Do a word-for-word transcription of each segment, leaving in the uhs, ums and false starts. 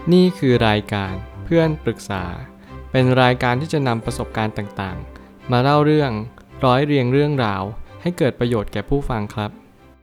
นี่คือรายการเพื่อนปรึกษาเป็นรายการที่จะนำประสบการณ์ต่างๆมาเล่าเรื่องร้อยเรียงเรื่องราวให้เกิดประโยชน์แก่ผู้ฟังครับ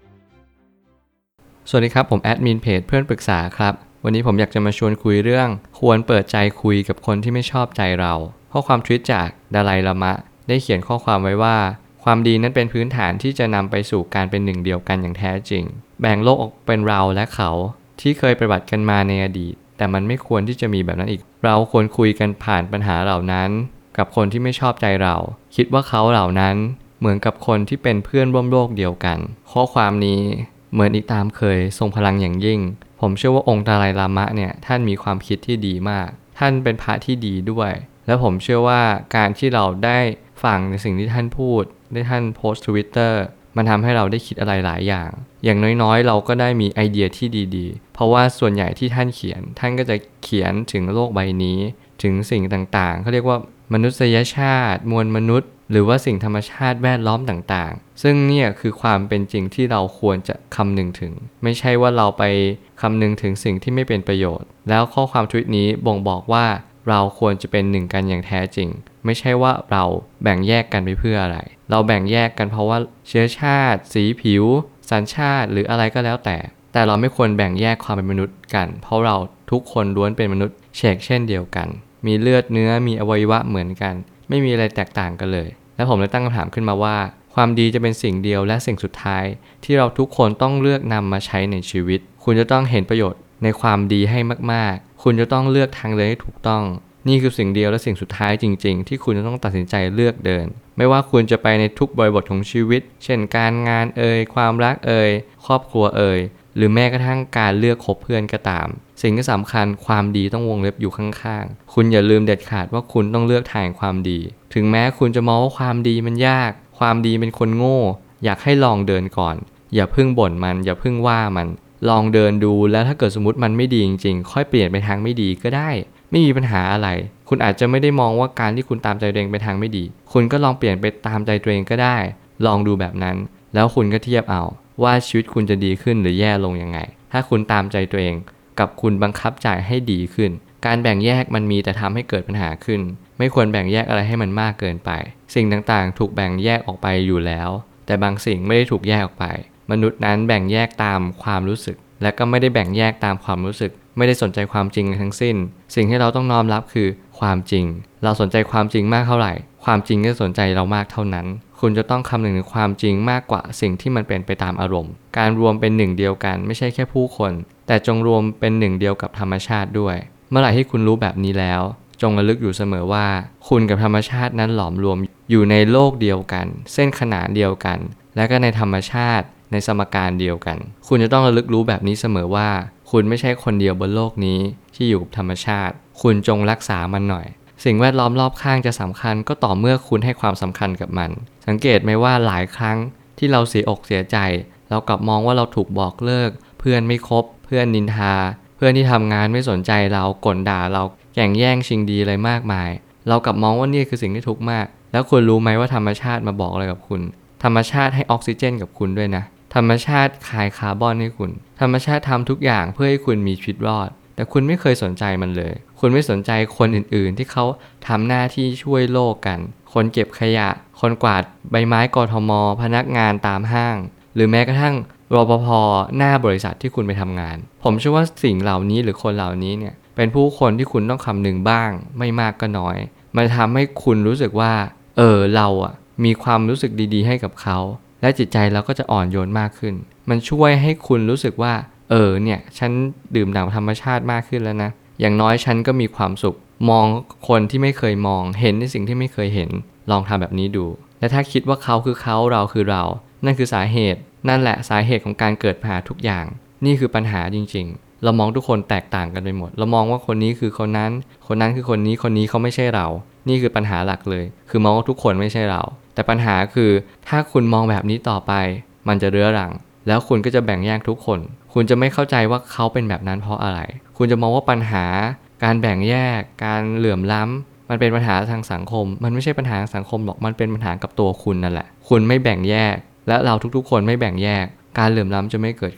สวัสดีครับผมแอดมินเพจเพื่อนปรึกษาครับวันนี้ผมอยากจะมาชวนคุยเรื่องควรเปิดใจคุยกับคนที่ไม่ชอบใจเราข้อความทวิตจากดาไลลามะได้เขียนข้อความไว้ว่าความดีนั้นเป็นพื้นฐานที่จะนำไปสู่การเป็นหนึ่งเดียวกันอย่างแท้จริงแบ่งโลกออกเป็นเราและเขาที่เคยปฏิบัติกันมาในอดีตแต่มันไม่ควรที่จะมีแบบนั้นอีกเราควรคุยกันผ่านปัญหาเหล่านั้นกับคนที่ไม่ชอบใจเราคิดว่าเขาเหล่านั้นเหมือนกับคนที่เป็นเพื่อนร่วมโลกเดียวกันข้อความนี้เหมือนอีกตามเคยทรงพลังอย่างยิ่งผมเชื่อว่าองค์ดาไลลามะเนี่ยท่านมีความคิดที่ดีมากท่านเป็นพระที่ดีด้วยและผมเชื่อว่าการที่เราได้ฟังในสิ่งที่ท่านพูดได้ท่านโพสต์ Twitter มันทำให้เราได้คิดอะไรหลายอย่างอย่างน้อยๆเราก็ได้มีไอเดียที่ดีๆเพราะว่าส่วนใหญ่ที่ท่านเขียนท่านก็จะเขียนถึงโลกใบนี้ถึงสิ่งต่างๆเขาเรียกว่ามนุษยชาติมวลมนุษย์หรือว่าสิ่งธรรมชาติแวดล้อมต่างๆซึ่งเนี่ยคือความเป็นจริงที่เราควรจะคำนึงถึงไม่ใช่ว่าเราไปคำนึงถึงสิ่งที่ไม่เป็นประโยชน์แล้วข้อความทวิตนี้บ่งบอกว่าเราควรจะเป็นหนึ่งกันอย่างแท้จริงไม่ใช่ว่าเราแบ่งแยกกันไปเพื่ออะไรเราแบ่งแยกกันเพราะว่าเชื้อชาติสีผิวสัญชาติหรืออะไรก็แล้วแต่แต่เราไม่ควรแบ่งแยกความเป็นมนุษย์กันเพราะเราทุกคนล้วนเป็นมนุษย์เฉกเช่นเดียวกันมีเลือดเนื้อมีอวัยวะเหมือนกันไม่มีอะไรแตกต่างกันเลยและผมเลยตั้งคำถามขึ้นมาว่าความดีจะเป็นสิ่งเดียวและสิ่งสุดท้ายที่เราทุกคนต้องเลือกนำมาใช้ในชีวิตคุณจะต้องเห็นประโยชน์ในความดีให้มากๆคุณจะต้องเลือกทางเดินให้ถูกต้องนี่คือสิ่งเดียวและสิ่งสุดท้ายจริงๆที่คุณจะต้องตัดสินใจเลือกเดินไม่ว่าคุณจะไปในทุกบริบทของชีวิตเช่นการงานเอ่ยความรักเอ่ยครอบครัวเอ่ยหรือแม้กระทั่งการเลือกคบเพื่อนก็ตามสิ่งที่สำคัญความดีต้องวงเล็บอยู่ข้างๆคุณอย่าลืมเด็ดขาดว่าคุณต้องเลือกทางความดีถึงแม้คุณจะมองว่าความดีมันยากความดีเป็นคนโง่อยากให้ลองเดินก่อนอย่าพึ่งบ่นมันอย่าพึ่งว่ามันลองเดินดูแล้วถ้าเกิดสมมติมันไม่ดีจริงๆค่อยเปลี่ยนไปทางไม่ดีก็ได้ไม่มีปัญหาอะไรคุณอาจจะไม่ได้มองว่าการที่คุณตามใจตัวเองไปทางไม่ดีคุณก็ลองเปลี่ยนไปตามใจตัวเองก็ได้ลองดูแบบนั้นแล้วคุณก็เทียบเอาว่าชีวิตคุณจะดีขึ้นหรือแย่ลงยังไงถ้าคุณตามใจตัวเองกับคุณบังคับใจให้ดีขึ้นการแบ่งแยกมันมีแต่ทำให้เกิดปัญหาขึ้นไม่ควรแบ่งแยกอะไรให้มันมากเกินไปสิ่งต่างๆถูกแบ่งแยกออกไปอยู่แล้วแต่บางสิ่งไม่ได้ถูกแยกออกไปมนุษย์นั้นแบ่งแยกตามความรู้สึกและก็ไม่ได้แบ่งแยกตามความรู้สึกไม่ได้สนใจความจริงทั้งสิ้นสิ่งที่เราต้องน้อมรับคือความจริงเราสนใจความจริงมากเท่าไหร่ความจริงก็สนใจเรามากเท่านั้นคุณจะต้องคำนึงถึงความจริงมากกว่าสิ่งที่มันเป็นไปตามอารมณ์การรวมเป็นหนึ่งเดียวกันไม่ใช่แค่ผู้คนแต่จงรวมเป็นหนึ่งเดียวกับธรรมชาติด้วยเมื่อไหร่ที่คุณรู้แบบนี้แล้วจงระลึกอยู่เสมอว่าคุณกับธรรมชาตินั้นหลอมรวมอยู่ในโลกเดียวกันเส้นขนานเดียวกันและก็ในธรรมชาติในสมการเดียวกันคุณจะต้องระลึกรู้แบบนี้เสมอว่าคุณไม่ใช่คนเดียวบนโลกนี้ที่อยู่กับธรรมชาติคุณจงรักษามันหน่อยสิ่งแวดล้อมรอบข้างจะสำคัญก็ต่อเมื่อคุณให้ความสำคัญกับมันสังเกตไหมว่าหลายครั้งที่เราเสียอกเสียใจเรากลับมองว่าเราถูกบอกเลิกเพื่อนไม่คบเพื่อนนินทาเพื่อนที่ทำงานไม่สนใจเรากลด่าเราแข่งแย่งชิงดีอะไรมากมายเรากลับมองว่านี่คือสิ่งที่ทุกข์มากแล้วคุณรู้ไหมว่าธรรมชาติมาบอกอะไรกับคุณธรรมชาติให้ออกซิเจนกับคุณด้วยนะธรรมชาติคายคาร์บอนให้คุณธรรมชาติทำทุกอย่างเพื่อให้คุณมีชีวิตรอดแต่คุณไม่เคยสนใจมันเลยคุณไม่สนใจคนอื่นๆที่เขาทำหน้าที่ช่วยโลกกันคนเก็บขยะคนกวาดใบไม้กทม.พนักงานตามห้างหรือแม้กระทั่งรปภ.หน้าบริษัทที่คุณไปทำงานผมเชื่อว่าสิ่งเหล่านี้หรือคนเหล่านี้เนี่ยเป็นผู้คนที่คุณต้องคำนึงบ้างไม่มากก็น้อยมันทำให้คุณรู้สึกว่าเออเราอ่ะมีความรู้สึกดีๆให้กับเขาและจิตใจเราก็จะอ่อนโยนมากขึ้นมันช่วยให้คุณรู้สึกว่าเออเนี่ยฉันดื่มด่ำธรรมชาติมากขึ้นแล้วนะอย่างน้อยฉันก็มีความสุขมองคนที่ไม่เคยมองเห็นในสิ่งที่ไม่เคยเห็นลองทำแบบนี้ดูและถ้าคิดว่าเขาคือเขาเราคือเรานั่นคือสาเหตุนั่นแหละสาเหตุของการเกิดปัญหาทุกอย่างนี่คือปัญหาจริงๆเรามองทุกคนแตกต่างกันไปหมดเรามองว่าคนนี้คือคนนั้นคนนั้นคือคนนี้คนนี้เขาไม่ใช่เรานี่คือปัญหาหลักเลยคือมองว่าทุกคนไม่ใช่เราแต่ปัญหาคือถ้าคุณมองแบบนี้ต่อไปมันจะเรื้อรังแล้วคุณก็จะแบ่งแยกทุกคนคุณจะไม่เข้าใจว่าเขาเป็นแบบนั้นเพราะอะไรคุณจะมองว่าปัญหาการแบ่งแยกการเหลื่อมล้ำมันเป็นปัญหาทางสังคมมันไม่ใช่ปัญหาทางสังคมหรอกมันเป็นปัญหากับตัวคุณนั่นแหละคุณไม่แบ่งแยกและเราทุกๆคนไม่แบ่งแยกการเหลื่อมล้ำจะไม่เกิดขึ้น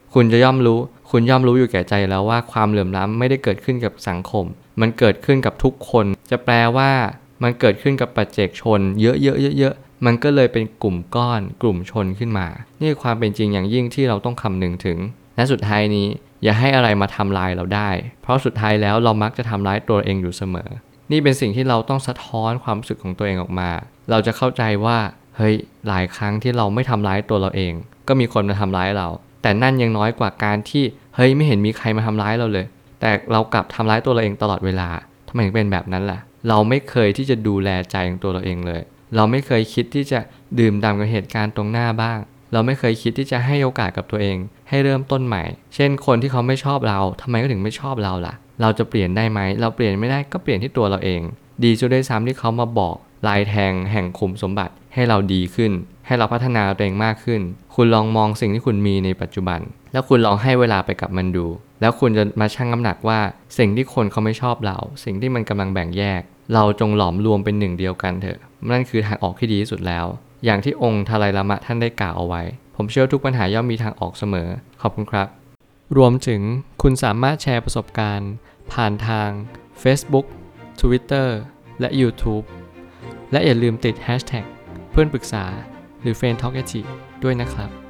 คุณจะย่อมรู้คุณย่อมรู้อยู่แก่ใจแล้วว่าความเหลื่อมล้ำไม่ได้เกิดขึ้นกับสังคมมันเกิดขึ้นกับทุกคนจะแปลว่ามันเกิดขึ้นกับปัจเจกชนเยอะๆๆๆมันก็เลยเป็นกลุ่มก้อนกลุ่มชนขึ้นมานี่คือความเป็นจริงอย่างยิ่งที่เราต้องคำนึงถึงและสุดท้ายนี้อย่าให้อะไรมาทำลายเราได้เพราะสุดท้ายแล้วเรามักจะทำร้ายตัวเองอยู่เสมอนี่เป็นสิ่งที่เราต้องสะท้อนความรู้สึกของตัวเองออกมาเราจะเข้าใจว่าเฮ้ยหลายครั้งที่เราไม่ทำร้ายตัวเราเองก็มีคนมาทำร้ายเราแต่นั่นยังน้อยกว่าการที่เฮ้ยไม่เห็นมีใครมาทำร้ายเราเลยแต่เรากลับทำร้ายตัวเราเองตลอดเวลาทำไมถึงเป็นแบบนั้นล่ะเราไม่เคยที่จะดูแลใจของตัวเราเองเลยเราไม่เคยคิดที่จะดื่มด่ำกับเหตุการณ์ตรงหน้าบ้างเราไม่เคยคิดที่จะให้โอกาสกับตัวเองให้เริ่มต้นใหม่เช่นคนที่เขาไม่ชอบเราทำไมก็ถึงไม่ชอบเราล่ะเราจะเปลี่ยนได้ไหมเราเปลี่ยนไม่ได้ก็เปลี่ยนที่ตัวเราเองดีจนได้ซ้ำที่เขามาบอกลายแทงแห่งขุมสมบัติให้เราดีขึ้นให้เราพัฒนาตัวเองมากขึ้นคุณลองมองสิ่งที่คุณมีในปัจจุบันแล้วคุณลองให้เวลาไปกับมันดูแล้วคุณจะมาชั่งน้ำหนักว่าสิ่งที่คนเขาไม่ชอบเราสิ่งที่มันกำลังแบ่งแยกเราจงหลอมรวมเป็นหนึ่งเดียวกันเถอะนั่นคือทางออกที่ดีที่สุดแล้วอย่างที่องค์ทาไลลามะท่านได้กล่าวเอาไว้ผมเชื่อทุกปัญหาย่อมมีทางออกเสมอขอบคุณครับรวมถึงคุณสามารถแชร์ประสบการณ์ผ่านทาง Facebook Twitter และ YouTube และอย่าลืมติด แฮชแท็ก เพื่อนปรึกษาหรือ เฟรนด์ ทอล์ก ด้วยนะครับ